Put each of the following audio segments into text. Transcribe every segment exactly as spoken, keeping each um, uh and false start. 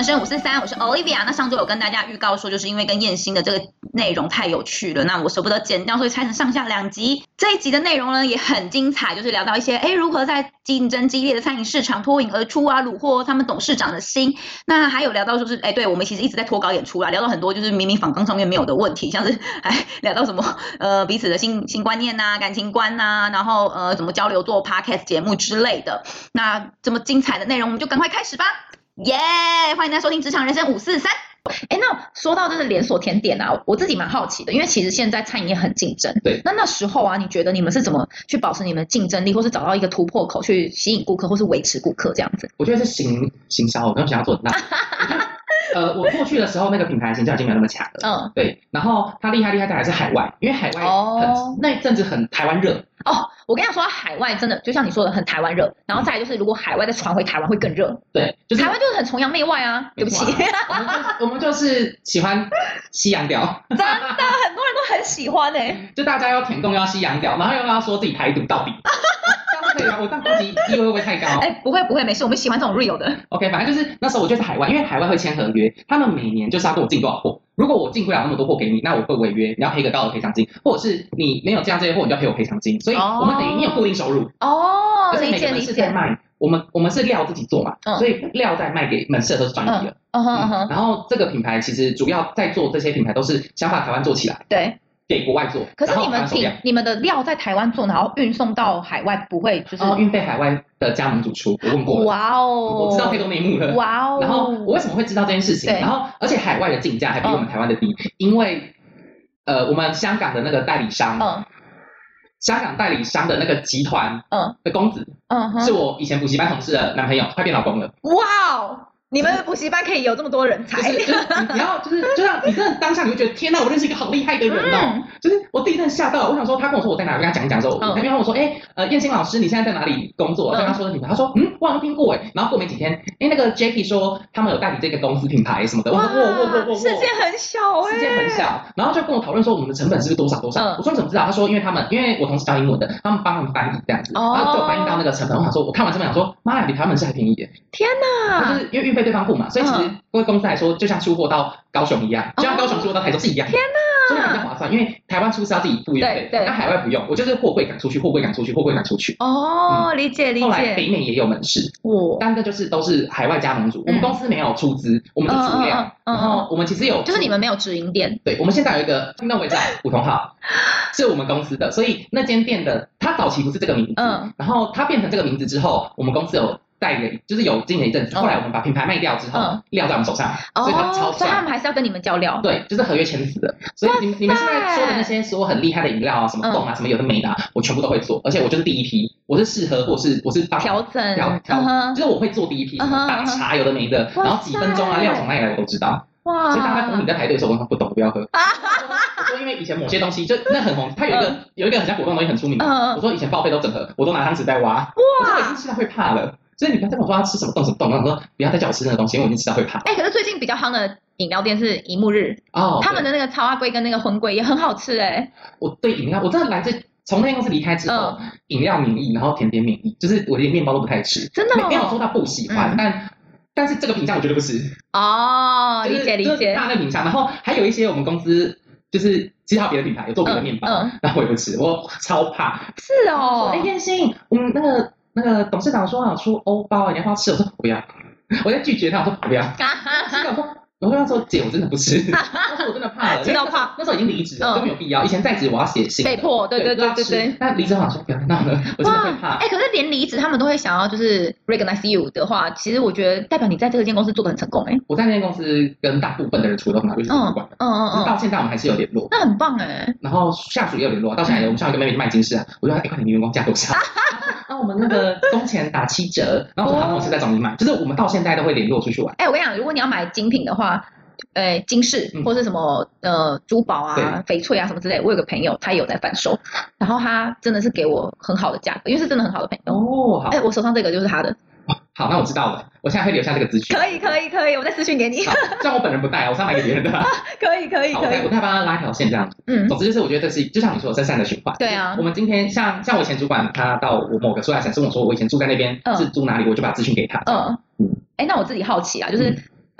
人生五四三，我是 Olivia。那上周有跟大家预告说，就是因为跟燕兴的这个内容太有趣了，那我舍不得剪掉，所以拆成上下两集。这一集的内容呢也很精彩，就是聊到一些哎如何在竞争激烈的餐饮市场脱颖而出啊，虏获他们董事长的心。那还有聊到就是哎，对我们其实一直在脱稿演出啦，聊到很多就是明明访纲上面没有的问题，像是哎聊到什么呃彼此的新新观念呐、啊、感情观呐、啊，然后呃怎么交流做 podcast 节目之类的。那这么精彩的内容，我们就赶快开始吧。耶、yeah! 欢迎大家收听职场人生五四三。哎，那说到就是连锁甜点啊，我自己蛮好奇的，因为其实现在餐饮业很竞争。 对。 那那时候啊，你觉得你们是怎么去保持你们的竞争力，或是找到一个突破口去吸引顾客，或是维持顾客这样子？ 我觉得是行行销，我没有想要做很大。呃，我过去的时候那个品牌形象已经没有那么强了。嗯。对。然后它厉害厉害在还是海外，因为海外很、哦、那一阵子很台湾热。 哦，我跟你说，海外真的就像你说的很台湾热，然后再来就是如果海外再传回台湾会更热。 对，就是、 台湾就是很崇洋媚外啊。对不起， 我们就是我们就是喜欢西洋调。 真的，很多人都很喜欢哎、欸。 就大家要舔共要西洋调，然后又要说自己台独到底。可以啊，我这样攻击地位会不会太高？ 哎、欸，不会不会，没事，我们喜欢这种 real 的。 OK， 反正就是那时候我就是海外，因为海外会签合约，他们每年就是要跟我进多少货。如果我进不了那么多货给你，那我会违约，你要赔个高额赔偿金，或者是你没有这样这些货，你就要赔我赔偿金。所以我们等于你有固定收入哦， 而且每个门市在卖，我们我们是料自己做嘛，嗯、所以料在卖给门市都是专利的。嗯哼嗯哼。然后这个品牌其实主要在做这些品牌都是想把台湾做起来。 对。 给国外做， 可是你们品你们的料在台湾做，然后运送到海外不会就是哦，运费海外的加盟主出，我问过了。 哇哦， 我知道太多内幕了。 哇哦， 然后我为什么会知道这件事情？然后而且海外的进价还比我们台湾的低，嗯、因为呃我们香港的那个代理商，嗯，香港代理商的那个集团，嗯，的公子，嗯，是我以前补习班同事的男朋友，快变老公了。 哇哦！你们的补习班可以有这么多人才， 就是就是你要就是就像你真的当下你会觉得天哪，我认识一个好厉害的人哦！嗯、就是我第一阵吓到，我想说他跟我说我在哪，我跟他讲一讲之后，他就跟我说，哎，呃，燕兴老师你现在在哪里工作？我跟他说的品牌，他说嗯，我好像听过哎。然后过没几天，哎，那个 Jackie 说他们有代理这个公司品牌什么的，我说哇哇哇哇， 世界很小哎， 世界很小。然后就跟我讨论说我们的成本是不是多少多少？嗯、我说你怎么知道？他说因为他们因为我同事教英文的，他们帮他们翻译这样子，哦、然后就翻译到那个成本。我想说，我看完成本想说，妈呀，比他们是还便宜耶！ 天哪！ 就是因为运费对方付嘛，所以其实。各位公司来说，就像出货到高雄一样，就像高雄出货到台中是一样的。 天哪， 所以比较划算，因为台湾出是要自己付运费，那海外不用，我就是货柜赶出去，货柜赶出去，货柜赶出去。 哦，嗯、理解理解。 后来北美也有门市，哦，但这就是都是海外加盟主，嗯、我们公司没有出资，我们是主料，嗯、然后我们其实有， 就是你们没有直营店。 对，我们现在有一个听到为止普通号，是我们公司的，所以那间店的它早期不是这个名字，嗯，然后它变成这个名字之后，我们公司有。代理就是有经营一阵子，后来我们把品牌卖掉之后，嗯、料在我们手上，所以它超赚。 所以他们还是要跟你们交料。 对，就是合约签死的。所以你们你们现在说的那些所有很厉害的饮料啊，什么冻啊，嗯、什么有的没的、啊，我全部都会做，而且我就是第一批，我是试喝或是我是调整调调，嗯、就是我会做第一批，什么打茶有的没的，然后几分钟啊，料从哪里来我都知道。哇！所以大家等你在排队的时候，我说不懂，不要喝。我说因为以前某些东西就那很红，它有一个、嗯、有一个很像果冻的东西很出名。嗯、我说以前报废都整合，我都拿汤匙在挖。哇！我说我已经吃到会怕了。所以你不要再跟我说他吃什么冻什么冻，我说不要再叫我吃那个东西，因为我已经吃到会怕。 哎、欸，可是最近比较夯的饮料店是一沐日哦，他们的那个超阿龟跟那个荤龟也很好吃哎、欸。 我对饮料，我真的来自从那间公司离开之后，饮、嗯、料免疫，然后甜点免疫，就是我连面包都不太吃， 真的、哦、 没有说到不喜欢，嗯、但但是这个品相我绝对不吃。 哦，理解理解。 大那品相，然后还有一些我们公司就是其他别的品牌有做别的面包，嗯嗯、然后我也不吃，我超怕。 是哦， 哎，燕兴，我们那个。那个董事长说好出欧包，你要不要吃？我说不要，我在拒绝他，我说不要。我说，我跟他说姐，我真的不吃。他说我真的怕了， 知道怕。 那时候已经离职了，就没有必要。以前在职我要写信， 被迫，对对对对对。 那离职好说不要闹了，我真的会怕。 哎，可是连离职他们都会想要就是 recognize you 的话，其实我觉得代表你在这间公司做得很成功哎。 我在那间公司跟大部分的人处得很好，尤其是主管，嗯嗯嗯，到现在我们还是有联络。 那很棒哎。然后下属也有联络，到现在我们下一个妹妹卖金饰啊，我就说哎，快点，你员工价多少？那我们那个工钱打七折，然后我说我现在找你买，就是我们到现在都会联络出去玩。 哎，我跟你讲，如果你要买精品的话，呃，金饰或是什么、嗯、呃珠宝啊、翡翠啊什么之类的，我有个朋友他也有在贩售，然后他真的是给我很好的价格，因为是真的很好的朋友。哦，好，哎，我手上这个就是他的。 好，那我知道了，我现在会留下这个资讯。 可以，可以，可以，我再私讯给你。 虽然我本人不带，我是要买给别人的。 可以，可以，可以。 我再帮他拉一条线这样子。嗯，总之就是我觉得这是就像你说的，是善的循环。 对啊。 我们今天像像我以前主管他到我某个出来审，跟我说我以前住在那边、嗯、是住哪里，我就把资讯给他。嗯嗯。哎、欸，那我自己好奇啊，就是。嗯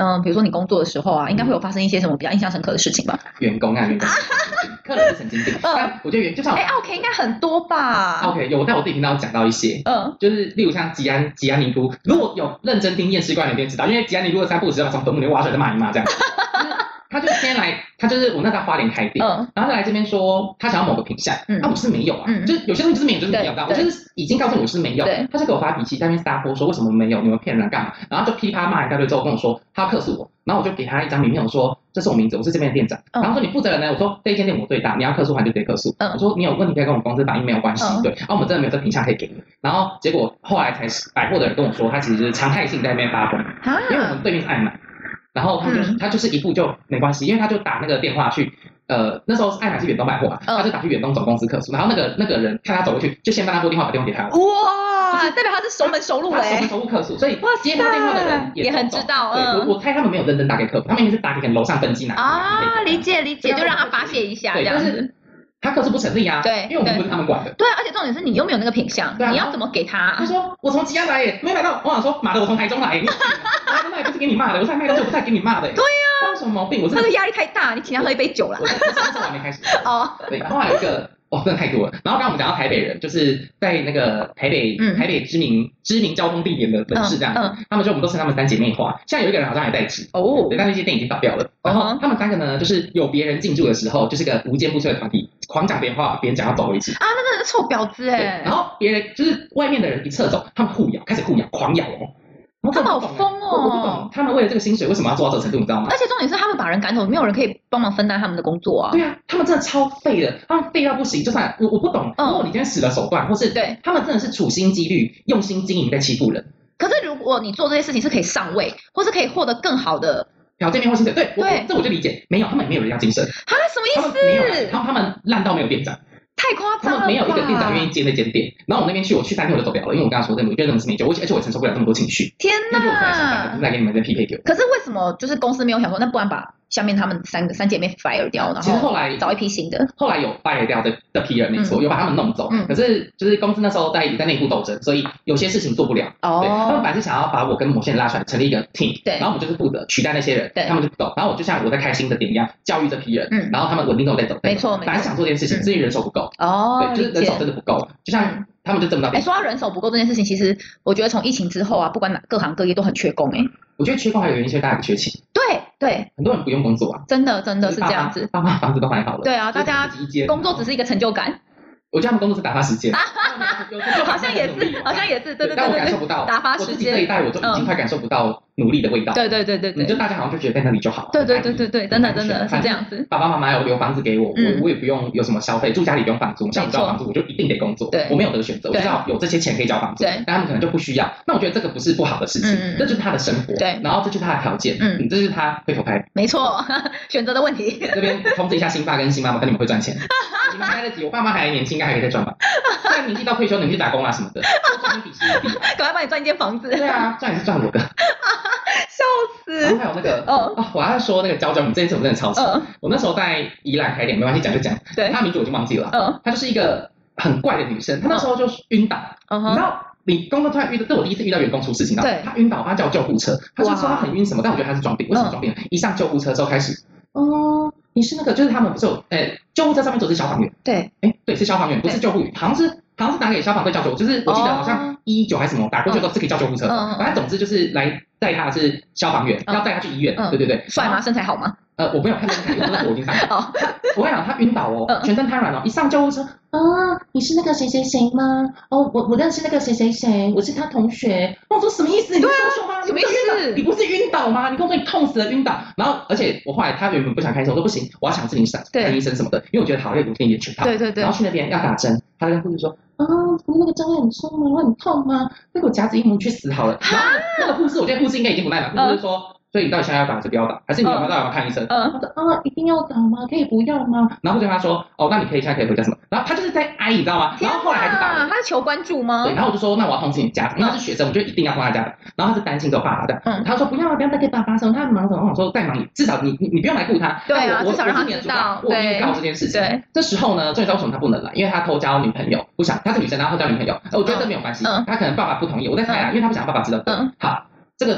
嗯，比如说你工作的时候啊，应该会有发生一些什么比较印象深刻的事情吧？ 员工啊，员工，客人是神经病。但我觉得员就像哎 ，OK 应该很多吧 ？OK 有，我在我自己频道讲到一些，嗯，就是例如像吉安吉安尼姑，如果有认真听验尸官的人就知道，因为吉安尼姑的三不五时要从坟墓里挖出来再骂一骂这样。他就先来，他就是我那在花莲开店，嗯，然后他来这边说他想要某个品项，嗯，啊我就是没有啊，嗯，就是有些东西就是没有，就是没有的，我就是已经告诉你我是没有，他就给我发脾气，在那边撒泼说为什么没有，你们骗人干嘛？然后就噼啪骂一大堆之后跟我说他要客诉我，然后我就给他一张名片，我说这是我名字，我是这边的店长，嗯，然后说你负责人呢？我说这一间店我最大，你要客诉还就直接客诉，嗯，我说你有问题可以跟我们公司反映没有关系，嗯，对，然后我们真的没有这品项可以给你，然后结果后来才百货的人跟我说他其实就是常态性在那边发疯，因为我们对面是爱买。然后他就是、嗯、他就是一步就没关系，因为他就打那个电话去，呃，那时候爱买是远东百货嘛，嗯、他就打去远东总公司客诉，然后那个那个人看他走过去，就先帮他拨电话，把电话给他了。 哇，就是、代表他是熟门熟路哎、欸， 熟门熟路客诉，所以接他电话的人 也, 也很知道。 对， 嗯、 我我猜他们没有认真打给客服，他们应该是打给楼上分机拿啊，理解理解，就让他发泄一下这样子。 他客诉不成立啊， 对， 因为我们不是他们管的。 对，而且重点是你又没有那个品项，啊、你要怎么给他、啊？ 他说我从吉安来耶，没买到。我想说，妈的，我从台中来，你那也不是给你骂的，我才卖东西，我不是给你骂的。 对呀、 啊，有什么毛病？我是那个压力太大，你请他喝一杯酒了。 我那时候还没开始。哦，对，然后还有一个。哦，真的太多了。然后刚刚我们讲到台北人，就是在那个台北、嗯、台北知名知名交通地点的人士这样子，嗯嗯、他们说我们都称他们三姐妹花。现在有一个人好像还在职哦，对，但那些店已经倒掉了。然后他们三个呢，就是有别人进驻的时候，就是个无坚不摧的团体，狂讲别人话，别人讲要走回去。 啊，那个是臭婊子哎！ 然后别人就是外面的人一撤走，他们互咬，开始互咬，狂咬哦。 他们好疯哦！ 我不懂，他们为了这个薪水为什么要做到这个程度，你知道吗？ 而且重点是他们把人赶走，没有人可以帮忙分担他们的工作啊。 对啊，他们真的超废的，他们废到不行。就算我我不懂，如果你今天使了手段，或是对他们真的是处心积虑、用心经营在欺负人。 可是如果你做这些事情是可以上位，或是可以获得更好的条件面或薪水，对，对，这我就理解。没有，他们也没有人要晋升啊？什么意思？ 他们没有，然后他们烂到没有店长。 太夸张了， 他们没有一个店长愿意接那间店。然后我那边去，我去三天我就走掉了，因为我跟他说，真的，我觉得真的是没救，而且我也承受不了这么多情绪。 天哪！ 那就我才上班，不是来给你们在匹配给我。 可是为什么就是公司没有想说，那不然把下面他们三个三姐妹 fire 掉，然后其实后来找一批新的。 后来有 fire 掉的的批人没错，嗯、有把他们弄走。嗯、可是就是公司那时候在在内部斗争，所以有些事情做不了。哦。对，他们本来是想要把我跟某些人拉出来，成立一个 team。对。然后我们就是负责取代那些人，对，他们就不走。然后我就像我在开新的店一样，教育这批人，嗯，然后他们稳定都在走。 没错，没错。 本来想做这件事情，至于人手不够。哦。对，就是人手真的不够，就像。他们就挣不到。 哎，说到人手不够这件事情，其实我觉得从疫情之后啊，不管哪各行各业都很缺工哎、欸。 我觉得缺工还有原因是大家不缺钱。 对对， 很多人不用工作啊。 真的真的是这样子。 爸妈房子都买好了。 对啊，大家工作只是一个成就感。 我觉得他们工作是打发时间， 好像也是，好像也是，对对对。 但我感受不到打发时间。 我自己这一代我就已经快感受不到努力的味道。 对对对对对。 就大家好像就觉得在那里就好。 对对对对对，真的真的是这样子。 爸爸妈妈有留房子给我，我我也不用有什么消费，住家里不用房租，像我交房租我就一定得工作，我没有得选择，我知道有这些钱可以交房租，但他们可能就不需要。那我觉得这个不是不好的事情，这就是他的生活，对，然后这就是他的条件，嗯，这是他会投胎。 没错，选择的问题。 这边通知一下新爸跟新妈妈，看你们会赚钱。你们还来得及，我爸妈还年轻，应该还可以再赚吧。现在年纪到退休，你们去打工啊什么的，赚一笔是一笔。 赶快帮你赚一间房子。 对啊，赚也是赚我的。 笑死。 然后还有那个，哦，哦我还要说那个娇娇，你这件事我真的超气。嗯、我那时候在宜兰开店，没关系，讲就讲。对。她名字我就忘记了。嗯。她就是一个很怪的女生，她那时候就晕倒。嗯、你知道，你工作突然遇到，这我第一次遇到员工出事情，对。她晕倒，她叫救护车，她就说她很晕什么，但我觉得她是装病。为什么装病？一上救护车之后开始，哦。你是那个，就是他们不是有，诶，救护车上面走的是消防员，对，哎，对，是消防员，不是救护员，好像是，好像是打给消防队叫救，就是我记得好像一一九还是什么，打过去之后是可以叫救护车，反正总之就是来载他的是消防员，要载他去医院，对对对， 帅吗？身材好吗？ 呃，我没有看到身材，因为那我已经上了。我跟你讲，他晕倒哦，全身瘫软哦，一上救护车，啊，你是那个谁谁谁吗？哦，我我认识那个谁谁谁，我是他同学。我说什么意思？你是说说吗？ 什么意思？ 你不是晕倒吗？你跟我说你痛死了，晕倒。然后，而且我后来他原本不想开车，我说不行，我要强制你上看医生什么的，因为我觉得好累，我给你点全套。对对对。然后去那边要打针，他就跟护士说，啊，你那个针会很痛吗？会很痛吗？那个我夹子一摸去死好了。然后那个护士，我觉得护士应该已经不耐烦，护士说。所以你到底现在要打还是不要打？还是你有没有到底要看医生？嗯，他说啊，一定要打吗？可以不要吗？然后就跟他说，哦，那你可以现在可以回家什么？然后他就是在哀，你知道吗？然后后来还是打了。 他是求关注吗？ 对，然后我就说，那我要通知你家长，因为他是学生，我就一定要通他家长。然后他是担心这个爸爸的，嗯，他说不要啊，不要再给爸爸什么，他很忙什么。我说再忙，至少你你你不用来顾他。 对啊，至少让他知道，我预告这件事情。对，这时候呢，终于知道为什么他不能来，因为他偷交女朋友，不想，他是女生，然后偷交女朋友。我觉得这没有关系，他可能爸爸不同意，我在猜啊，因为他不想爸爸知道。嗯，好，这个。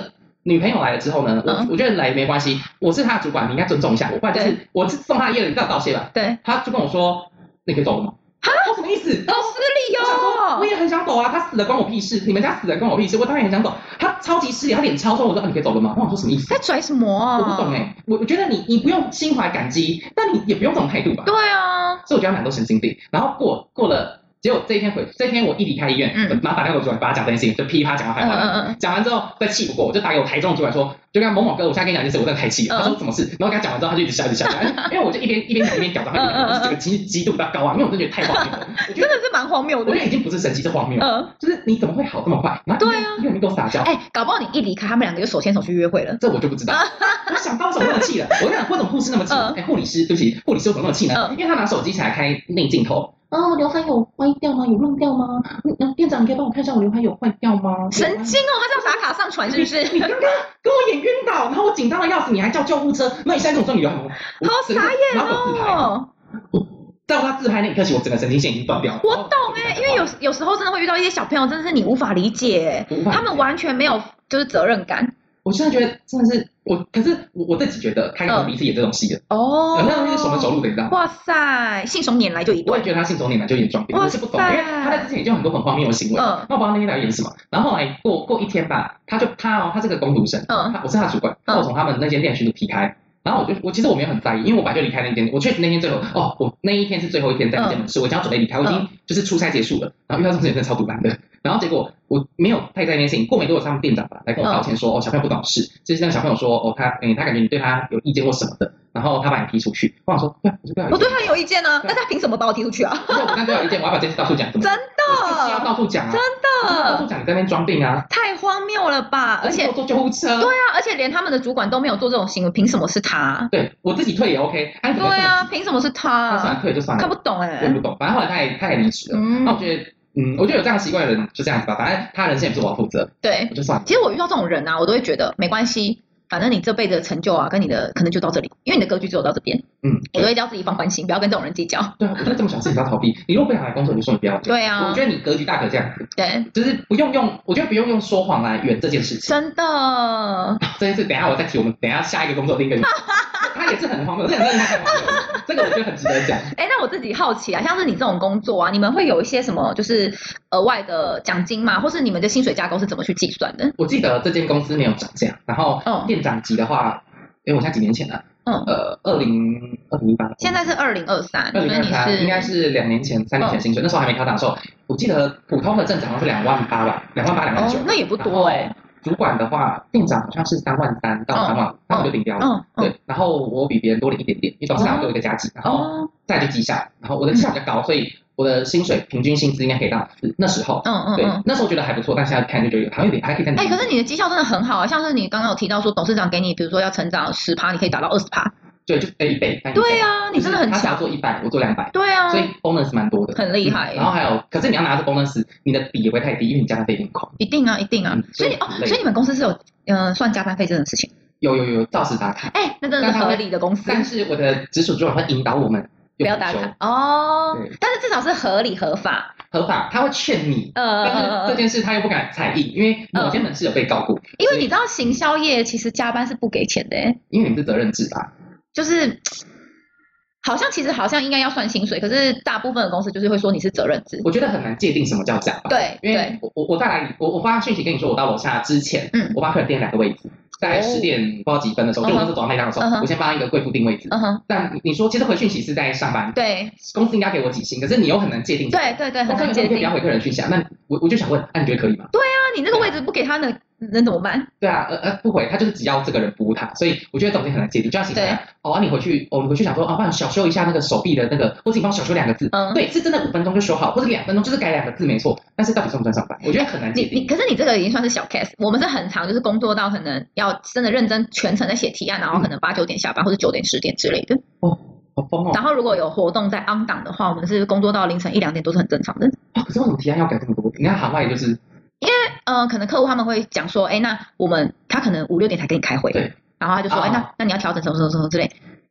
女朋友来了之后呢，我、 嗯、 我觉得来没关系，我是他的主管，你应该尊重一下我，不然就是我是送他的业了，你知道道谢吧？ 对， 他就跟我说，你可以走了吗？ 哈， 什么意思？ 好失礼哦！ 我也很想走啊，他死了关我屁事，你们家死了关我屁事，我当然很想走。他超级失礼，他脸超臭，我说、啊、你可以走了吗？我想说什么意思？ 在拽什么啊？ 我不懂哎、欸，我我觉得你你不用心怀感激，但你也不用这种态度吧？ 对啊， 所以我觉得他们俩都神经病。然后过过了。结果这一天回，这一天我一离开医院，嗯、然后打电话给我主管，把他讲这件事情，就噼啪讲到坏话。嗯嗯讲完之后再气不过，我就打给我台中的主管说，就跟他某某哥，我现在跟你讲一件事，我真的太气了。嗯、他说什么事？然后跟他讲完之后，他就一直笑，一直笑。因为我就一边一边讲一边屌，然后他就整个情绪激度比较高啊，因为我真的觉得太荒谬了。我觉得真的是蛮荒谬的。 我觉得已经不是神奇，是荒谬。嗯，就是你怎么会好这么快？然后对啊， 因为你给我撒娇。 哎、欸，搞不好你一离开，他们两个就手牵手去约会了。 这我就不知道。我想到为什么那么气了？我跟你讲，为什么护士那么气？哎、嗯，护理师，对不起，护理师为什么那么气呢？嗯、因为他拿手机起来开内镜头。哦，刘海有歪掉吗？有乱掉吗？嗯，店长，你可以帮我看一下我刘海有坏掉吗？ 神经哦，他是要打卡上传是不是？ 你刚刚跟我演晕倒，然后我紧张的要死，你还叫救护车，那你现在跟我说你刘海有？ 好傻眼哦！ 在他自拍那一刻起，我整个神经线已经断掉了。 我懂哎、欸，因为有有时候真的会遇到一些小朋友，真的是你无法理解，他们完全没有就是责任感。 我现在觉得真的是我，可是我我自己觉得开头第一次演这种戏的哦， 那东西是熟门熟路的，你知道吗？ 哇塞，信手拈来就一段。 我也觉得他信手拈来就演装逼，我是不懂，因为他在之前已经有很多很荒谬的行为，嗯，那我不知道那天在演什么。然后后来过过一天吧，他就他哦，他是个工读生，嗯，他我是他主管，那我从他们那间店群组踢开。然后我就我其实我没有很在意，因为我本来就离开那间，我确实那天最后哦，我那一天是最后一天在那间门市，我已经要准备离开，我已经就是出差结束了，然后遇到这种事情真的超毒烂的。然后结果我没有太在意那件事情，过没多久他们店长吧来跟我道歉说，哦小朋友不懂事，就是那个小朋友说哦他嗯他感觉你对他有意见或什么的，然后他把你踢出去。我想说对，我就对他我对他有意见呢、啊，但是他凭什么把我踢出去啊？ 不是我刚对他有意见，我要把这事到处讲，真的，就是要到处讲啊， 真的到处讲你在那边装病啊， 太荒谬了吧！而且坐救护车， 对啊，而且连他们的主管都没有做这种行为，凭什么是他？ 对我自己退也 OK， 对啊，凭什么是他？ 他算退就算了， 看不懂哎、欸， 我也不懂，反正后来他也他也离职了，嗯、那我觉得。嗯，我觉得有这样习惯的人就这样子吧，反正他人生也不是我要负责， 对， 我就算了。 其实我遇到这种人啊，我都会觉得没关系，反正你这辈子的成就啊，跟你的可能就到这里，因为你的格局只有到这边。嗯，我都会教自己放宽心，不要跟这种人计较。 对啊，我觉得这么小事情不要逃避，你如果不想来工作，你就说你不要。 对啊， 我觉得你格局大可这样子。 对， 就是不用用，我觉得不用用说谎来圆这件事情。 真的， 这件事等一下我再提，我们等一下下一个工作另一个。他也是很荒谬，这很让人太荒谬了。这个我觉得很值得讲。 哎，那我自己好奇啊，像是你这种工作啊，你们会有一些什么就是额外的奖金吗？或是你们的薪水架构是怎么去计算的？ 我记得这间公司没有涨价，然后店长级的话，因为我现在几年前了，嗯，呃，二零二零一八， 现在是二零二三， 二零二三应该是两年前、三年前薪水，那时候还没调涨的时候，我记得普通的正常是两万八吧，两万八、两万九， 那也不多哎。 主管的话，店长好像是三万三到三万五，那我就顶标了。嗯嗯、对，然后我比别人多了一点点，因为董事长给我一个加级，然后再就绩效，然后我的绩效比较高，所以我的薪水平均薪资应该可以到那时候。嗯嗯，对，那时候觉得还不错，但现在看就觉得好像有点还可以再。 哎，可是你的绩效真的很好啊，像是你刚刚有提到说董事长给你，比如说要成长十趴，你可以达到二十趴。 对，就一倍。 对啊，你真的很强。 他想做一百，我做两百。 对啊， 所以 bonus 蛮多的， 很厉害、嗯。 然后还有，可是你要拿着 bonus， 你的比也不会太低，因为你加班费一定扣。 一定啊，一定啊。嗯、所以哦，所以你们公司是有嗯、呃、算加班费这种事情？ 有有有，照实打卡。 哎，那真的是合理的公司。 但是我的直属主管会引导我们不要打卡哦。但是至少是合理合法。 合法，他会劝你，呃，但是这件事他又不敢采印，因为某些门市有被告过。 因为你知道行销业其实加班是不给钱的， 因为你是责任制吧？ 就是。好像其实好像应该要算薪水，可是大部分的公司就是会说你是责任制。 我觉得很难界定什么叫加班。 对， 因为我我我再来，我我发讯息跟你说，我到楼下之前，嗯，我帮客人订两个位置，在十点不知道几分的时候，就我那时候走到那档的时候，我先帮一个贵妇订位置。嗯哼。但你说其实回讯息是在上班， 对， 公司应该给我几薪，可是你又很难界定。 对对对，很难界定。 可以不要回客人讯息啊？那我我就想问，那你觉得可以吗？ 对啊，你那个位置不给他能能怎么办？ 对啊，呃呃，不回他就是只要这个人服务他，所以我觉得这种东西很难界定，就像形象。哦，啊，你回去，哦，你回去想说，啊，帮你小修一下那个手臂的那个，或者你帮我小修两个字，嗯，对，是真的五分钟就修好，或者两分钟就是改两个字，没错。但是到底算不算上班？我觉得很难界定。 你你，可是你这个已经算是小 case， 我们是很长，就是工作到可能要真的认真全程在写提案，然后可能八九点下班，或者九点十点之类的。 哦，好疯哦。然后如果有活动在 on 档的话，我们是工作到凌晨一两点都是很正常的。 啊，可是为什么提案要改这么多？你看行外就是。 因为呃，可能客户他们会讲说，哎，那我们他可能五六点才跟你开会， 对， 然后他就说，哎、哦，那那你要调整什么什么什么之类，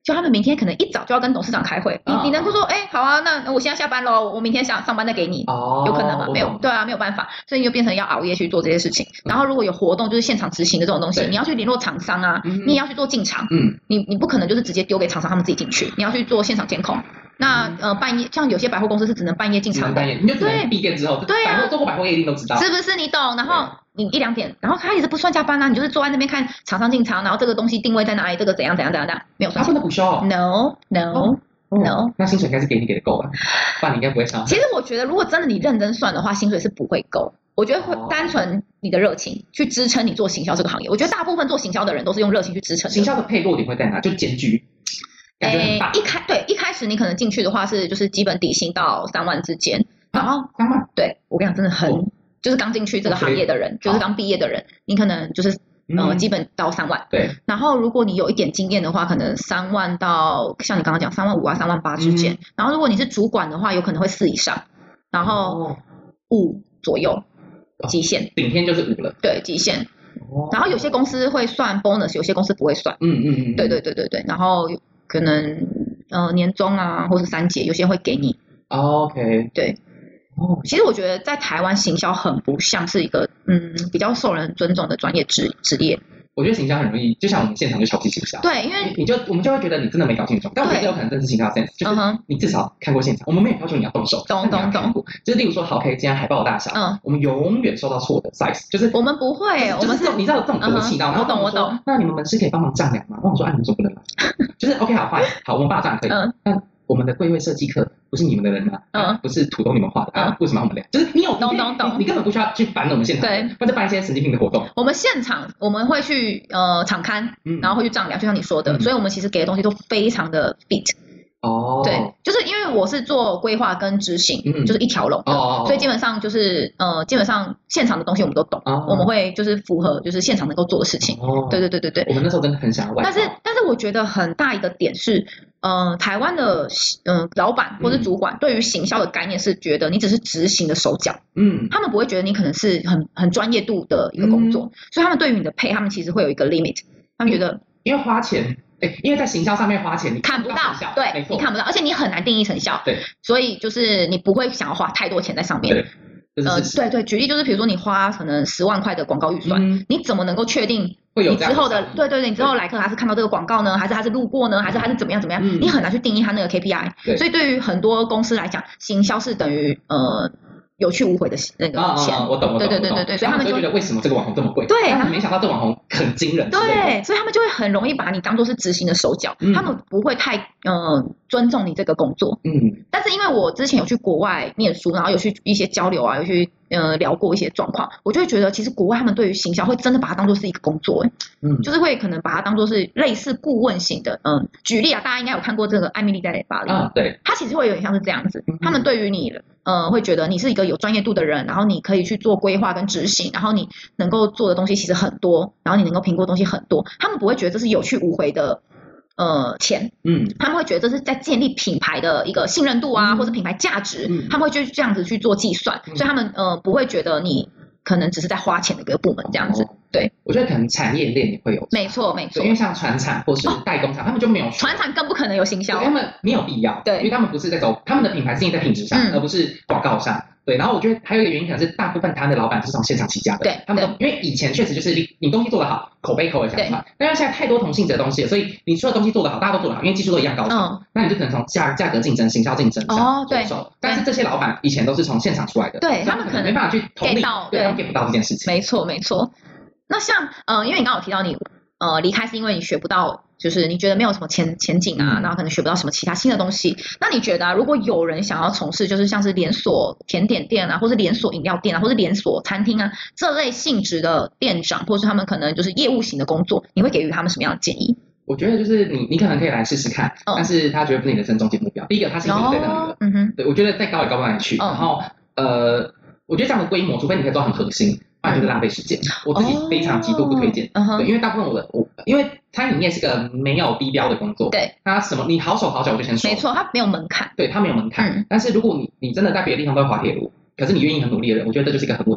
就他们明天可能一早就要跟董事长开会，你、哦、你能够说，哎，好啊，那我现在下班喽，我明天想上班再给你， 哦， 有可能吗？没有，对啊，没有办法，所以你就变成要熬夜去做这些事情。嗯、然后如果有活动，就是现场执行的这种东西，你要去联络厂商啊，嗯、你也要去做进场，嗯，你你不可能就是直接丢给厂商他们自己进去，你要去做现场监控。那呃半夜像有些百货公司是只能半夜进场的， 半夜你就只能闭店之后，对啊，做过百货业一定都知道， 是不是？你懂？然后你一两点，然后他也是不算加班啊，你就是坐在那边看厂商进场，然后这个东西定位在哪里，这个怎样怎样怎样怎样，没有算。 他不能补休 ？No No、哦、No， 那薪水应该是给你给的够了，不然你应该不会上。 其实我觉得，如果真的你认真算的话，薪水是不会够。我觉得会单纯你的热情去支撑你做行销这个行业。我觉得大部分做行销的人都是用热情去支撑。 行销的配落点会在哪？就兼具。 诶，一开对一开始你可能进去的话是就是基本底薪到三万之间，然后三万， 对我跟你讲真的很、哦、就是刚进去这个行业的人，就是刚毕业的人，你可能就是呃、嗯、基本到三万， 对， 然后如果你有一点经验的话，可能三万到像你刚刚讲三万五啊三万八之间、嗯，然后如果你是主管的话，有可能会四以上，然后五左右、哦、极限， 顶天就是五了， 对，极限。然后有些公司会算 bonus， 有些公司不会算， 嗯嗯嗯， 对对对对对，然后可能呃年终啊，或是三节，有些会给你。 Oh, OK， 对。哦，其实我觉得在台湾行销很不像是一个嗯比较受人尊重的专业职职业。 我觉得行销很容易，就像我们现场就瞧不起行销。 对，因为你就我们就会觉得你真的没搞清楚，但我觉得有可能真是行销 sense， 就是你至少看过现场。我们没有要求你要动手， 懂懂懂。 就是例如说，好 ，OK， 今天海报大小，嗯，我们永远收到错的 size， 就是我们不会，就是、 我们是你知道这种国气到，然后我懂我懂。 那你们门市可以帮忙丈量吗？那我说，啊，你们怎么不能来？就是 OK， 好 ，fine， 好，我们帮丈量可以，嗯，但我们的柜位设计课不是你们的人啊，嗯，不是土豆你们画的啊，为什么要我们量？就是你有懂懂懂， 你根本不需要去烦我们现场，对，或者办一些神经病的活动。 我们现场我们会去呃场勘，嗯，然后会去丈量，就像你说的，嗯、所以我们其实给的东西都非常的 fit。 哦， 对，就是因为我是做规划跟执行，嗯、就是一条龙的，哦，所以基本上就是呃，基本上现场的东西我们都懂，哦，我们会就是符合就是现场能够做的事情。哦，对对对对对。 我们那时候真的很想要外包， 但是但是我觉得很大一个点是，呃，台湾的嗯、呃、老板或是主管对于行销的概念是觉得你只是执行的手脚，嗯，他们不会觉得你可能是很很专业度的一个工作，嗯，所以他们对于你的配，他们其实会有一个 limit， 他们觉得因为花钱。因为在行销上面花钱，你看不到，对，你看不到，而且你很难定义成效， 对， 所以就是你不会想要花太多钱在上面。 对， 呃，对对，举例就是，比如说你花可能十万块的广告预算，嗯，你怎么能够确定你之后的，对对对，你之后来客他是看到这个广告呢，还是他是路过呢，还是他是怎么样怎么样？嗯，你很难去定义他那个 K P I。所以对于很多公司来讲，行销是等于呃。有去无回的那个钱， 啊啊，我懂，我懂， 对对对对对，所以他们就觉得为什么这个网红这么贵？ 对， 他们没想到这网红很惊人， 对，所以他们就会很容易把你当做是执行的手脚，嗯，他们不会太呃尊重你这个工作，嗯。但是因为我之前有去国外念书，然后有去一些交流啊，有去呃聊过一些状况，我就会觉得其实国外他们对于行销会真的把它当做是一个工作，嗯，就是会可能把它当做是类似顾问型的，嗯。举例啊，大家应该有看过这个艾米丽在巴黎， 啊，对， 他其实会有点像是这样子，嗯，他们对于你呃，会觉得你是一个有专业度的人，然后你可以去做规划跟执行，然后你能够做的东西其实很多，然后你能够评估的东西很多，他们不会觉得这是有去无回的呃钱，嗯，他们会觉得这是在建立品牌的一个信任度啊，嗯，或者品牌价值，嗯，他们会就这样子去做计算，嗯，所以他们呃不会觉得你可能只是在花钱的一个部门这样子，哦，对， 我觉得可能产业链也会有， 没错没错， 因为像传产或是代工厂，哦，他们就没有传产更不可能有行销， 他们没有必要，对，因为他们不是在走他们的品牌是建立在品质上，嗯，而不是广告上。对，然后我觉得还有一个原因可能是大部分台湾的老板是从现场起家的， 对， 他们都因为以前确实就是你你东西做得好，口碑口耳相传，但是现在太多同性质的东西了，所以你说的东西做得好，大家都做得好，因为技术都一样高超，嗯，那你就可能从价价格竞争、行销竞争上着手，但是这些老板以前都是从现场出来的， 对，他们可能没办法去同理， 对， 他们 get 不到这件事情， 没错没错。那像呃，因为你刚刚有提到你呃离开是因为你学不到。就是你觉得没有什么前前景啊，然后可能学不到什么其他新的东西。那你觉得啊，如果有人想要从事就是像是连锁甜点店啊，或是连锁饮料店啊，或是连锁餐厅啊这类性质的店长，或是他们可能就是业务型的工作，你会给予他们什么样的建议？ 我觉得就是你你可能可以来试试看，嗯，但是他绝对不是你的人生终极目标。第一个，他薪水就在那里了，嗯哼，对，我觉得再高也高不到哪里去。嗯，然后呃，我觉得这样的规模，除非你可以做很核心。不然就是浪费时间，我自己非常极度不推荐，哦，对，因为大部分我的我，因为餐饮业是个没有低标的工作，对，它什么你好手好脚我就先说， 没错，它没有门槛， 对，它没有门槛，嗯，但是如果你你真的在别的地方都会滑铁卢，可是你愿意很努力的人，我觉得这就是一个很稳定，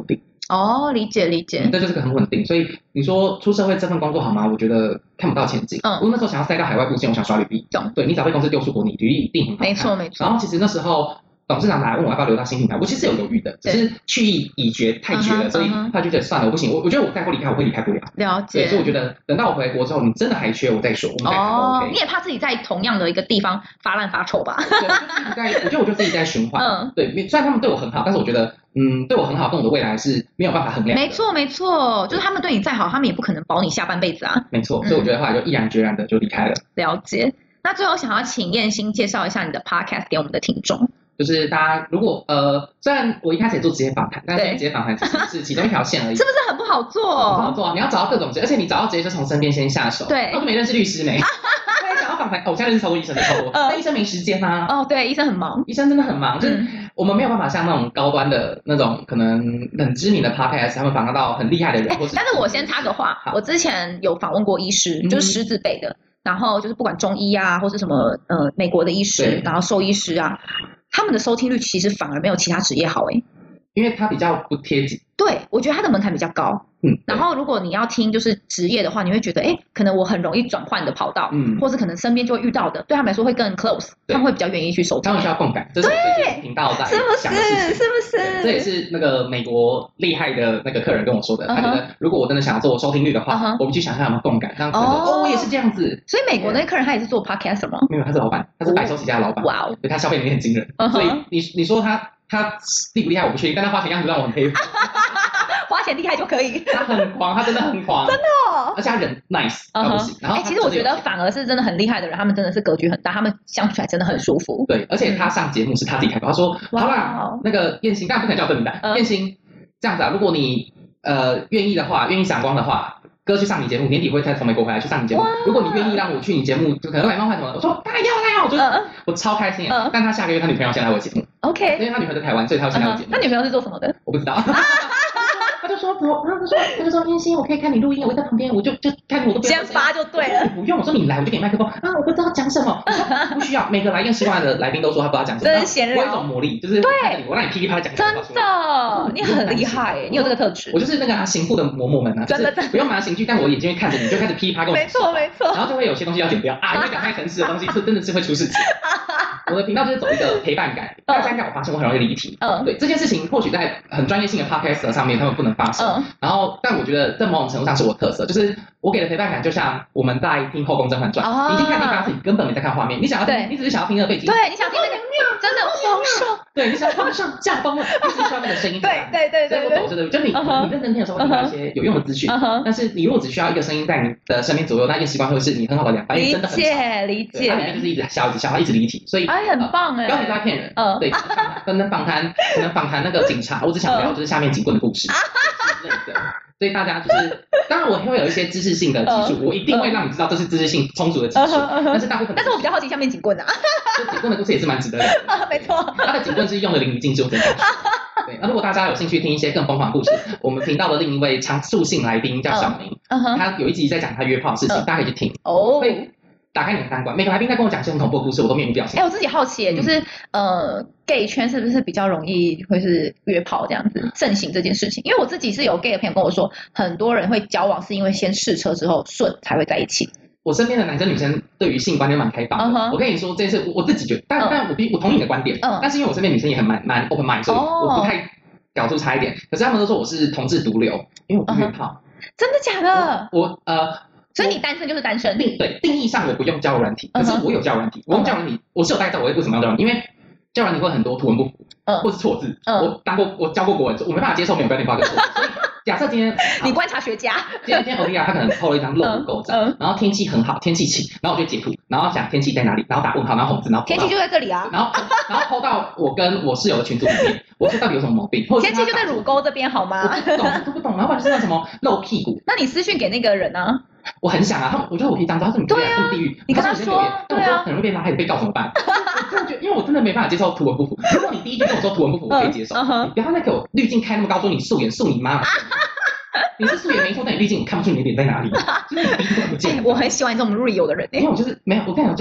哦，理解理解， 嗯，这就是个很稳定。所以你说出社会这份工作好吗？我觉得看不到前景。嗯，我那时候想要塞到海外部线，我想刷履历。懂。对，你早被公司丢出国，你履历一定很好看。 没错没错。 然后其实那时候董事长来问我要不要留到新品牌，我其实有犹豫的，只是去意已决，太绝了，所以他就觉得算了，我不行，我我觉得我再不离开，我会离开不了。了解。所以我觉得等到我回国之后，你真的还缺我再说，我们再谈 OK。 哦，你也怕自己在同样的一个地方发烂发臭吧？ 对，就是在，我觉得我就自己在循环。嗯，对，虽然他们对我很好，但是我觉得，嗯，对我很好，跟我的未来是没有办法衡量。 没错没错，就是他们对你再好，他们也不可能保你下半辈子啊。 没错，所以我觉得后来就毅然决然的就离开了。 了解。那最后想要请燕欣介绍一下你的 podcast 给我们的听众。 就是大家如果呃，虽然我一开始也做职业访谈，但是职业访谈只是其中一条线而已， 是不是很不好做？ 不好做啊！你要找到各种职业，而且你找到职业就从身边先下手。对，我就没认识律师没，我也想要访谈，哦，我现在认识超多医生的，超多，那医生没时间啊。 哦，对，医生很忙， 医生真的很忙，就是我们没有办法像那种高端的那种可能很知名的 podcast， 他们访谈到很厉害的人。 欸、但是我先插个话，我之前有访问过医师，就是狮子北的。嗯，然后就是不管中医啊，或是什么呃美国的医师，然后兽医师啊，他们的收听率其实反而没有其他职业好诶， 因为它比较不贴紧。 对，我觉得它的门槛比较高。嗯，然后如果你要听就是职业的话，你会觉得哎，可能我很容易转换的跑道，嗯，或是可能身边就会遇到的，对他们来说会更 close， 他们会比较愿意去收听。 他们需要共感，这是我频道在想的事情， 是不是？ 这也是那个美国厉害的那个客人跟我说的， uh-huh. 他觉得如果我真的想要做收听率的话， uh-huh. 我们去想一下有没有共感，让客人说哦，我也是这样子。 所以美国那个客人他也是做 podcast 吗？ 没有，他是老板，他是白手起家的老板。哇哦，对，他消费能力很惊人， uh-huh. 所以你你说他他厉不厉害我不确定，但他花钱样子让我很佩服。 花钱厉害就可以， 他很狂，他真的很狂， 真的哦， 而且他人 nice 到不行。然后， 哎，其实我觉得反而是真的很厉害的人，他们真的是格局很大，他们相处起来真的很舒服。 对，而且他上节目是他自己开口，他说：“好啦，那个燕欣，当然不可能叫我笨蛋，燕欣这样子啊，如果你呃愿意的话，愿意闪光的话。”哥去上你节目，年底会再从美国回来去上你节目。如果你愿意让我去你节目，就可能来漫画什么的，我说当然要，当然要，我就、uh, 我超开心、uh, 但他下个月他女朋友先来我节目 ，OK， 因为他女朋友在台湾，所以他要先来我节目。Uh-huh. 他女朋友是做什么的？ 我不知道。他就说怎么？他就说他就说燕欣，我可以看你录音，我在旁边，我就就看你我都不先发就对了。 不用，我说你来，我就给你麦克风啊，我不知道讲什么。不需要，每个来验尸官的来宾都说他不知道讲什么。 真闲聊。 我有一种魔力，就是对， 我让你噼里啪啦讲。 真的，你很厉害，你有这个特质。 我就是那个行户的嬷嬷们啊，真的不用拿刑具，但我眼睛会看着你，就开始噼里啪啦跟我。 没错没错。 然后就会有些东西要剪掉啊，因为讲太诚实的东西，是真的是会出事情。我的频道就是走一个陪伴感，大家应该我发现我很容易离题。嗯，对这件事情，或许在很专业性的 podcast 上面他们不能发生。嗯，然后但我觉得在某种程度上是我特色，就是我给的陪伴感，就像我们在听《后宫甄嬛传》，你已经看第八次，你根本没在看画面，你想要听，你只是想要听那个背景， 对，你想听那个真的皇上， 对，你想皇上驾崩了，你只需要那个声音。 对对对对对， 我懂这个，就你你认真听的时候会听到一些有用的资讯，但是你如果只需要一个声音在你的身边左右，那验尸官会是你很好的良伴，因为真的很少。理解理解，它里面就是一直笑一直笑，一直离题，所以哎很棒哎， 标题都在骗人。嗯，对，可能访谈可能访谈那个警察，我只想聊就是下面警棍的故事之类的。所以大家就是，当然我会有一些知识性的技术，我一定会让你知道这是知识性充足的技术，但是大部分， 但是我比较好奇下面警棍啊， 警棍的故事也是蛮值得聊的， 没错， 他的警棍是用的淋漓尽致，我真的。对，那如果大家有兴趣听一些更疯狂的故事，我们频道的另一位常驻性来宾叫小明，他有一集在讲他约炮的事情，大家可以去听哦。打开你的三观，每个来宾在跟我讲一些很恐怖的故事，我都面无表情。 哎、欸，我自己好奇、嗯，就是呃，gay 圈是不是比较容易会是约炮这样子盛行这件事情？因为我自己是有 gay 的朋友跟我说，很多人会交往是因为先试车之后顺才会在一起。 我身边的男生女生对于性观念蛮开放的。Uh-huh. 我跟你说这件事，我自己觉得，但、uh-huh. 但我我同意你的观点，嗯、uh-huh. 但是因为我身边女生也很蛮蛮 open mind， 所以我不太角度差一点。可是他们都说我是同志毒瘤，因为我不约炮。Uh-huh. 真的假的？ 我, 我呃。 所以你单身就是单身， 定对定义上我不用交友软体，可是我有交友软体， uh-huh. 我用交友软体，我是有大概知道我为什么要交友软体，因为交友软体会很多图文不符，嗯、uh-huh. 或是错字，嗯、uh-huh. 我当过我教过国文，我没办法接受没有标点符号跟错字，所以假设今天你观察学家， 今天今天欧利亚他可能透了一张露骨狗照， uh-huh. 然后天气很好，天气晴，然后我就截图，然后讲天气在哪里，然后打问号，然后红字，然后天气就在这里啊， 然后然后抛到我跟我室友的群组里面，我说到底有什么毛病？ 天气就在乳沟这边好吗？ 我不懂，我不懂，然后就是那什么露屁股， 那你私讯给那个人啊？ 我很想啊，他们我觉得我可以当，他说你对啊，这么地狱， 你跟他说， 但我说很容易被拉黑被告怎么办？我真的觉得，因为我真的没办法接受图文不符。如果你第一句跟我说图文不符，我可以接受，你不要再给我滤镜开那么高，说你素颜素你妈。你是素颜没错，但你滤镜我看不出你的脸在哪里，就是你鼻子都不见。 我很喜欢这种 real 的人， 因为我就是没有，我跟你讲，就是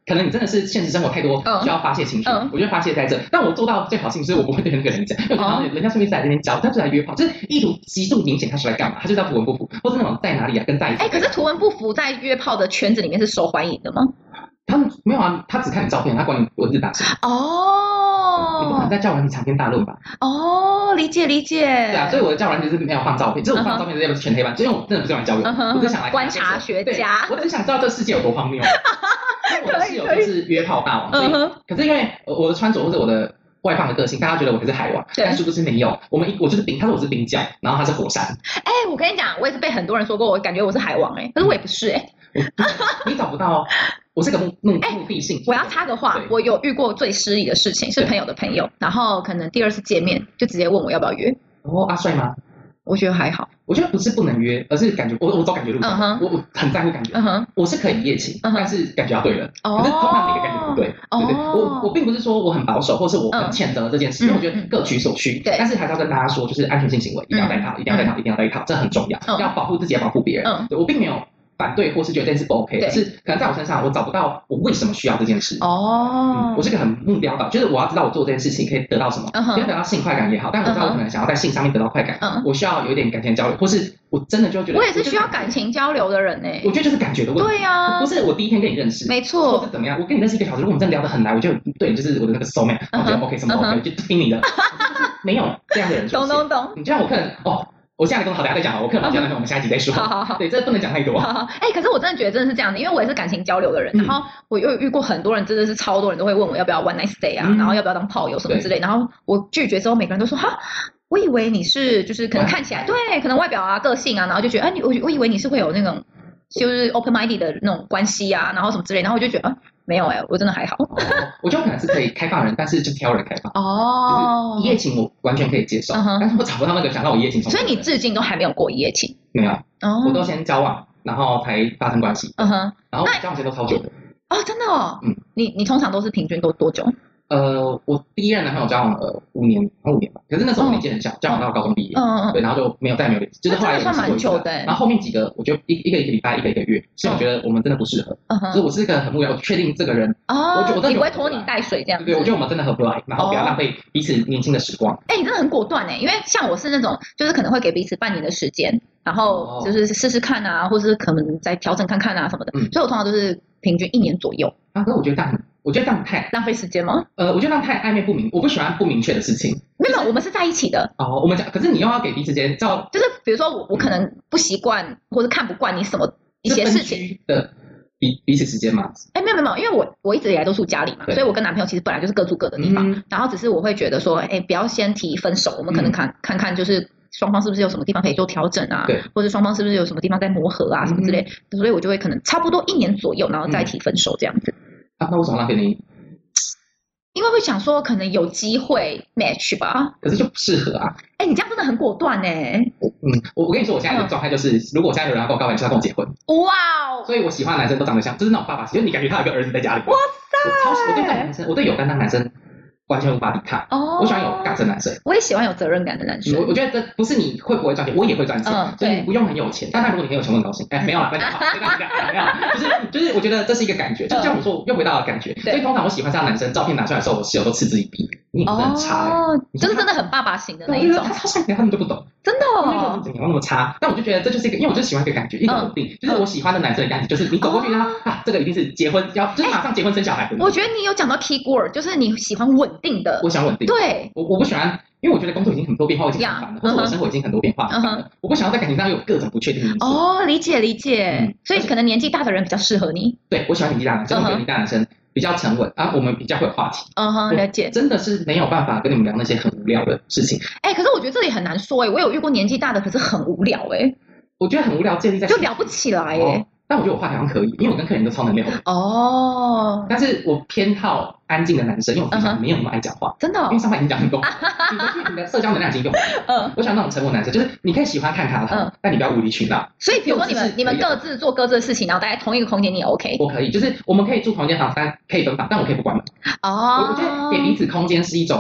可能你真的是现实生活太多需要发泄情绪，嗯、我觉得发泄在这。但我做到最好性就是我不会对那个人讲，因为我觉得人家说明是来这边教，他就是来约炮，就是意图极度明显，他是来干嘛？他就是要图文不符，或是那种在哪里啊，跟在一起。 哎，可是图文不符在约炮的圈子里面是受欢迎的吗？ 他们没有啊，他只看你照片，他管你文字打什么。哦，你不可能在交友软体长篇大论吧？ 哦，理解理解。 对啊，所以我的交友软体是没有放照片，就是我放照片是全黑板，就因为我真的不是玩交友，我只想来观察学家， 我只想知道这世界有多荒谬。我的室友就是约炮大王，所以可是因为我的穿着或者我的外放的个性，大家觉得我可是海王，但殊不知没有。我们我就是冰，他说我是冰窖，然后他是火山。 哎，我跟你讲，我也是被很多人说过，我感觉我是海王哎，可是我也不是哎。 你找不到，我是个目目目的性。 我要插个话，我有遇过最失礼的事情，是朋友的朋友，然后可能第二次见面就直接问我要不要约。 哦，阿帅吗？ 我觉得还好， 我觉得不是不能约，而是感觉我我走感觉路线， uh-huh. 我我很在乎感觉， uh-huh. 我是可以一夜情， uh-huh. 但是感觉要对人， uh-huh. 可是通常每个感觉不对， uh-huh. 对不对？我我并不是说我很保守，或是我很谴责这件事， uh-huh. 因为我觉得各取所需，对，但是还是要跟大家说，就是安全性行为一定要戴套， uh-huh. 一定要戴套， uh-huh. 一定要戴套，这很重要， uh-huh. 要保护自己，要保护别人， uh-huh. 对，我并没有反对或是觉得这件事不 OK， 是可能在我身上我找不到我为什么需要这件事。哦、嗯，我是个很目标导，就是我要知道我做这件事情可以得到什么，可以、uh-huh. 得到性快感也好，但我知道我可能想要在性上面得到快感， uh-huh. 我需要有一点感情交流，或是我真的就觉得我也是需要感情交流的人呢、欸。 我觉得就是感觉的问题。对啊，不是我第一天跟你认识， 没错， 或是怎么样，我跟你认识一个小时，如果我们真的聊得很来，我就对，就是我的那个 soul mate， 然后我觉得 OK 什么 OK， 就听你的，没有这样的人出现。懂懂懂。你就像我客人哦。我现在跟好，等下再讲，我客人好，我们下一集再说。好好好，对，这不能讲太多。 哎、欸，可是我真的觉得真的是这样的，因为我也是感情交流的人，嗯、然后我又遇过很多人，真的是超多人都会问我要不要 one night stay 啊、嗯，然后要不要当炮友什么之类，然后我拒绝之后，每个人都说哈，我以为你是就是可能看起来对，可能外表啊、个性啊，然后就觉得哎、啊，你我我以为你是会有那种就是 open minded 的那种关系啊，然后什么之类，然后我就觉得啊。没有哎、欸，我真的还好。哦、 我觉得我可能是可以开放人，但是就挑人开放。哦，就是一夜情我完全可以接受， uh-huh. 但是我找不到那个想让我一夜情。 所以你至今都还没有过一夜情？ 没有，哦、我都先交往，然后才发生关系。嗯哼，然后交往时间都超久的。 哦，真的哦。嗯，你你通常都是平均都多久？ 呃，我第一任男朋友交往了五年，五年吧。可是那时候我年纪很小，交往到高中毕业，嗯嗯对，然后就没有再没有，就是后来也算蛮久的。 然后后面几个，我觉得一一个一个礼拜，一个一个月，所以我觉得我们真的不适合。嗯哼，所以我是一个很目标，我确定这个人，哦，我觉得你不会拖泥带水这样子。 对，我觉得我们真的合不来，然后不要浪费彼此年轻的时光。 哎，你真的很果断哎，因为像我是那种，就是可能会给彼此半年的时间，然后就是试试看啊，或是可能再调整看看啊什么的。嗯，所以我通常都是平均一年左右。 啊，可是我觉得这样。我觉得这样太浪费时间吗？ 呃，我觉得这样太暧昧不明，我不喜欢不明确的事情。 没有，我们是在一起的。 哦，我们讲，可是你又要给彼此间照， 就是比如说我我可能不习惯或者看不惯你什么一些事情的彼彼此时间吗？ 哎，没有没有，因为我我一直以来都住家里嘛，所以我跟男朋友其实本来就是各住各的地方，嗯、然后只是我会觉得说，哎，不要先提分手，我们可能看、嗯、看看就是。双方是不是有什么地方可以做调整啊？对，或者双方是不是有什么地方在磨合啊，嗯、什么之类的，所以我就会可能差不多一年左右，然后再提分手这样子。 啊，那为什么浪费你？ 因为会想说可能有机会 match 吧， 可是就不适合啊。 哎、欸，你这样真的很果断哎。 嗯，我我跟你说，我现在的状态就是，嗯、如果我现在有人要跟我告白，就是要跟我结婚。哇哦！所以我喜欢的男生都长得像，就是那种爸爸型，就是你感觉他有个儿子在家里。哇塞！我超喜，我对这种男生，我对有担当男生。完全无法抵抗。哦，我喜欢有干的男生， 我也喜欢有责任感的男生。 我我觉得这不是你会不会赚钱，我也会赚钱，嗯、所以你不用很有钱。但他如果你很有钱，我很高兴。哎，没有啦，没有啦，没有啦，就是就是我觉得这是一个感觉，就像我说，又回到了感觉。所以通常我喜欢这样的男生，照片拿出来的时候，我室友都嗤之以鼻。你真的差、欸，哦， 就是真的很爸爸型的那一种。 他超像，他们就不懂， 真的、哦。 他们就说怎么那么差？但我就觉得这就是一个，因为我就喜欢一个感觉，一个稳定，嗯、就是我喜欢的男生的样子，就是你走过去，他、哦、啊，这个一定是结婚要，就是马上结婚生小孩。 我觉得你有讲到 key word， 就是你喜欢稳定的。 我喜欢稳定。对，我我不喜欢，因为我觉得工作已经很多变化，我已经很烦了， yeah, 或者我的生活已经很多变化了， uh-huh. 我不想要在感情上有各种不确定因素。 哦，理解理解、嗯，所以可能年纪大的人比较适合你。 对，我喜欢年纪大的男生，我觉得年纪大的男生比较沉稳啊，我们比较会有话题。嗯哼，了解。真的是没有办法跟你们聊那些很无聊的事情。 哎、欸，可是我觉得这里很难说哎、欸，我有遇过年纪大的，可是很无聊哎、欸。 我觉得很无聊，建立在就聊不起来哎、欸。 哦，但我觉得我话题好像可以，因为我跟客人都超能聊的。哦。但是我偏好安静的男生，因为我平常没有那么爱讲话。Uh-huh. 真的、哦。因为上班已经讲很多，你回去你的社交能量已经用完。嗯。我喜欢那种沉稳男生，就是你可以喜欢看他的，嗯，但你不要无理取闹。 所以比如说你们你们各自做各自的事情，然后待在同一个空间，你也 OK。 我可以，就是我们可以住同一间房，但可以分房，但我可以不关门。哦。我我觉得给彼此空间是一种。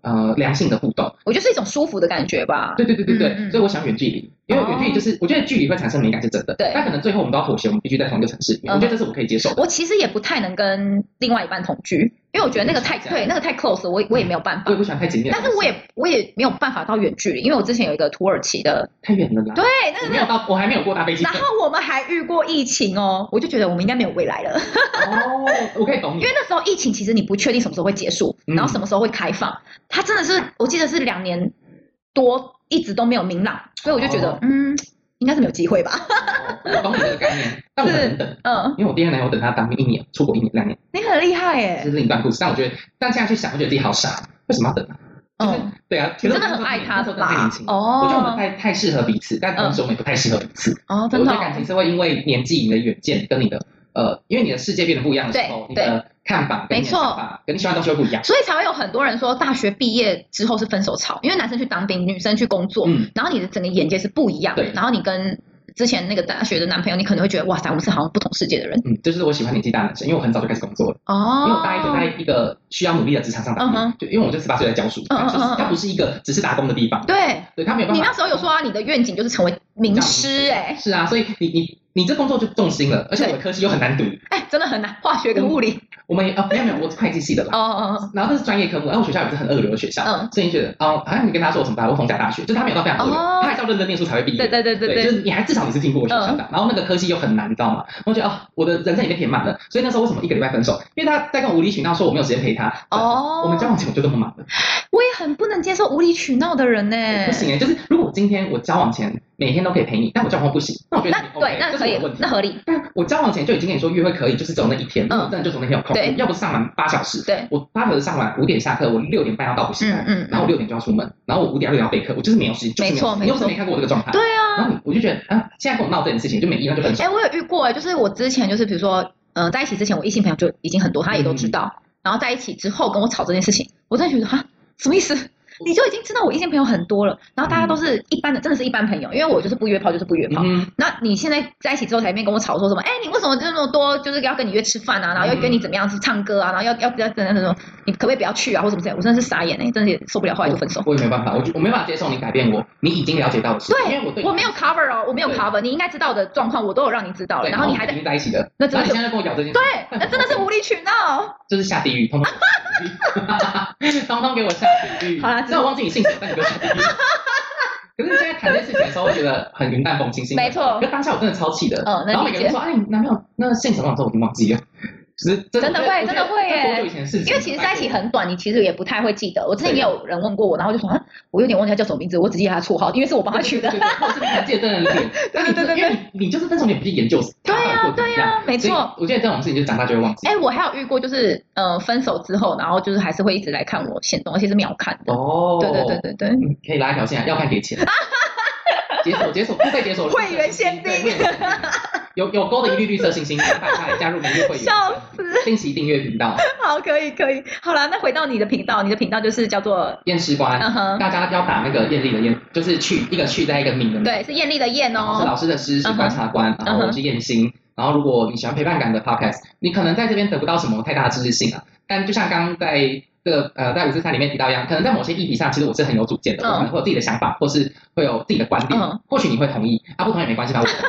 呃良性的互动， 我觉得是一种舒服的感觉吧。 对对对对对，嗯、所以我想远距离，因为远距离就是、哦、我觉得距离会产生美感是真的，对，但可能最后我们都要妥协，我们必须在同一个城市里面、嗯，我觉得这是我可以接受的。 我其实也不太能跟另外一半同居，因为我觉得那个太对那个太 close， 我我也没有办法， 我也不喜欢太紧密， 但是我也我也没有办法到远距离，因为我之前有一个土耳其的， 太远了啦， 对，那个没有到，我还没有过搭飞机， 然后我们还遇过疫情哦，我就觉得我们应该没有未来了。 哦，我可以懂你， 因为那时候疫情其实你不确定什么时候会结束，嗯、然后什么时候会开放，它真的是我记得是两年多一直都没有明朗，所以我就觉得、哦、嗯。应该是没有机会吧。 我懂你这个概念，但我很等，嗯，因为我第一个男友等他当兵一年，出国一年两年， 你很厉害耶， 这是另一段故事。但我觉得，但现在去想，我觉得自己好傻，为什么要等啊？就是、嗯、对啊， 你真的很爱他的吧？ 太年轻哦，我觉得我们太太适合彼此，但同时我们也不太适合彼此。哦，真的、哦，我觉得感情是会因为年纪、你的远见跟你的呃，因为你的世界变得不一样的时候，你的看法跟你的想法跟你喜欢的东西会不一样， 所以才会有很多人说大学毕业之后是分手潮，因为男生去当兵，女生去工作，嗯，然后你的整个眼界是不一样的，然后你跟之前那个大学的男朋友，你可能会觉得哇塞，我们是好像不同世界的人。 嗯，这就是我喜欢年纪大的男生，因为我很早就开始工作了。哦。因为我大一就在一个需要努力的职场上打拼，嗯、就因为我就十八岁在教书，嗯、就是它不是一个只是打工的地方。 对。 对，他没有办法。 你那时候有说啊，你的愿景就是成为名师哎、欸。 是啊，所以你你你这工作就重心了，而且我的科系又很难读。 哎，真的很难，化学跟物理。嗯我们也啊、哦、没有没有，我是会计系的啦。哦哦哦。然后这是专业科目，然后我学校也是很二流的学校，嗯，所以你觉得哦，好像你跟他说我什么大学，我逢甲大学，就是他没有到非常二流，哦、他还是要认真念书才会毕业。对对对对 对, 对，就是你还至少你是听过我学校的、嗯，然后那个科系又很难，你知道吗？我觉得哦，我的人生已经填满了，所以那时候为什么一个礼拜分手？因为他在跟我无理取闹，说我没有时间陪他。哦。我们交往前我就这么忙了。 我也很不能接受无理取闹的人呢。 不行哎，就是如果今天我交往前每天都可以陪你，但我交往后不行，那我觉得那、OK, 对，那可以，那合理。 但我交往前就已经跟你说约会可以，就是只有那一天，嗯，真的就从那天有空，对，要不是上完八小时，对，我八小时上完五点下课，我六点半要到补习班，嗯嗯，然后我六点就要出门，然后我五点六点要备课，我就是没有时间，就是没有，你又是没看过我这个状态， 对啊， 然后我就觉得啊，现在跟我闹这件事情就没意义，那就分手。 哎，我有遇过哎，就是我之前就是比如说，呃，在一起之前我异性朋友就已经很多，他也都知道，嗯、然后在一起之后跟我吵这件事情，我真的觉得哈，什么意思？你就已经知道我异性朋友很多了，然后大家都是一般的，真的是一般朋友，因为我就是不约炮就是不约炮。嗯、那你现在在一起之后才面跟我吵说什么？哎，你为什么那么多就是要跟你约吃饭啊，然后要跟你怎么样去唱歌啊，然后要要要怎样怎样，你可不可以不要去啊，或什么之类？我真的是傻眼哎、欸，真的也受不了，后来就分手。 我, 我也没办法，我我没办法接受你改变我，你已经了解到的事。 对，因为我对我没有 cover 哦，我没有 cover， 你应该知道的状况我都有让你知道了，然后你还在在一起的， 那真的是你现在跟我咬这件事， 对，那真的是无理取闹， 就是下地狱，通通通通给我下地狱。好啦，虽然我忘记你姓什么。可是现在谈这件事情的时候，会觉得很云淡风轻，没错。可当下我真的超气的，嗯，然后每个人说：“哎，你男朋友那姓什么？”之后我已经忘记了。就是真的, 真的会，真的会耶！ 多久以前的事情？ 因为其实在一起很短，你其实也不太会记得。我之前也有人问过我，然后就说啊，我有点忘记他叫什么名字，我只记得他绰号，因为是我帮他取的。 对对对，或者是你还记得真人脸？对对对对，因为你你就是那种你不去研究。 对呀对呀，没错。 我觉得这种事情就长大就会忘记。 哎，我还有遇过，就是呃分手之后，然后就是还是会一直来看我限动，而且是秒看的。哦，对对对对对， 可以拉一条线，要看给钱。解锁解锁付费解锁会员限定。 有有勾的一律绿色星星，打开来加入每月会员， 笑死！ 定期订阅频道。 好，可以可以。好了，那回到你的频道，你的频道就是叫做验尸官，嗯、大家要打那个艳丽的艳，就是去一个去在一个敏的敏， 对，是艳丽的艳哦。 是老师的师，是观察官，嗯、然后我是验心。然后如果你喜欢陪伴感的 podcast， 你可能在这边得不到什么太大的知识性啊，但就像刚刚在这个呃在五四三里面提到一样，可能在某些议题上，其实我是很有主见的，嗯、我可能会有自己的想法，或是会有自己的观点，嗯、或许你会同意，啊不同意也没关系吧，我同意。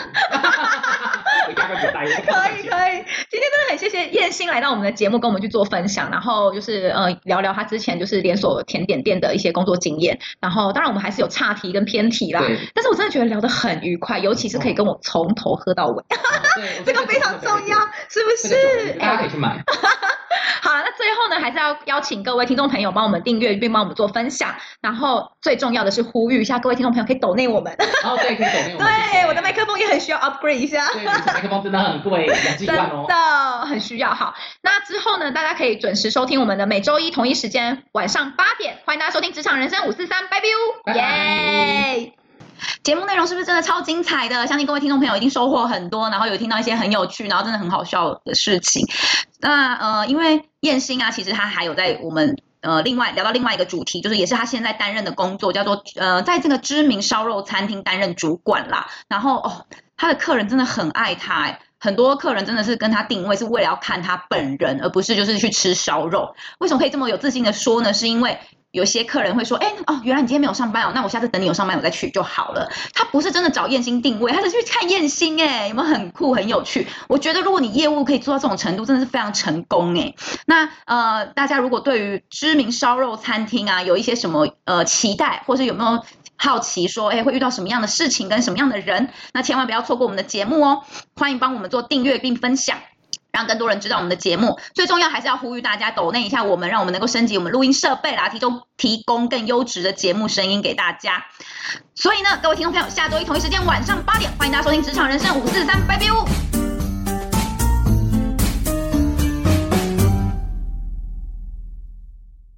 可以可以，今天真的很谢谢燕心来到我们的节目，跟我们去做分享，然后就是呃聊聊他之前就是连锁甜点店的一些工作经验，然后当然我们还是有岔题跟偏题啦，但是我真的觉得聊得很愉快，尤其是可以跟我从头喝到尾，哦、这个非常重要，是不是？ 大家可以去买。 好，那最后呢，还是要邀请各位听众朋友帮我们订阅，并帮我们做分享。然后最重要的是呼吁一下各位听众朋友，可以抖内我们。 哦，对，可以抖内我们。 对，我的麦克风也很需要 upgrade 一下。 对，麦克风真的很贵，两几万哦。 真的很需要。好，那之后呢，大家可以准时收听我们的每周一同一时间晚上八点，欢迎大家收听《职场人生五四三》，拜拜，耶！节目内容是不是真的超精彩的？相信各位听众朋友一定收获很多，然后有听到一些很有趣，然后真的很好笑的事情。那呃，因为燕心啊，其实他还有在我们呃另外聊到另外一个主题，就是也是他现在担任的工作，叫做呃在这个知名烧肉餐厅担任主管啦。然后哦，他的客人真的很爱他哎。很多客人真的是跟他定位是为了要看他本人，而不是就是去吃烧肉。为什么可以这么有自信的说呢？是因为有些客人会说，哎，哦，原来你今天没有上班哦，那我下次等你有上班我再去就好了。他不是真的找燕心定位，他是去看燕心，哎，有没有很酷很有趣？我觉得如果你业务可以做到这种程度，真的是非常成功哎。那呃，大家如果对于知名烧肉餐厅啊有一些什么呃期待，或是有没有好奇说，哎，会遇到什么样的事情跟什么样的人，那千万不要错过我们的节目哦。欢迎帮我们做订阅并分享，让更多人知道我们的节目。最重要还是要呼吁大家抖内一下我们，让我们能够升级我们录音设备啦，提供提供更优质的节目声音给大家。所以呢，各位听众朋友，下周一同一时间晚上八点，欢迎大家收听职场人生五四三，拜拜。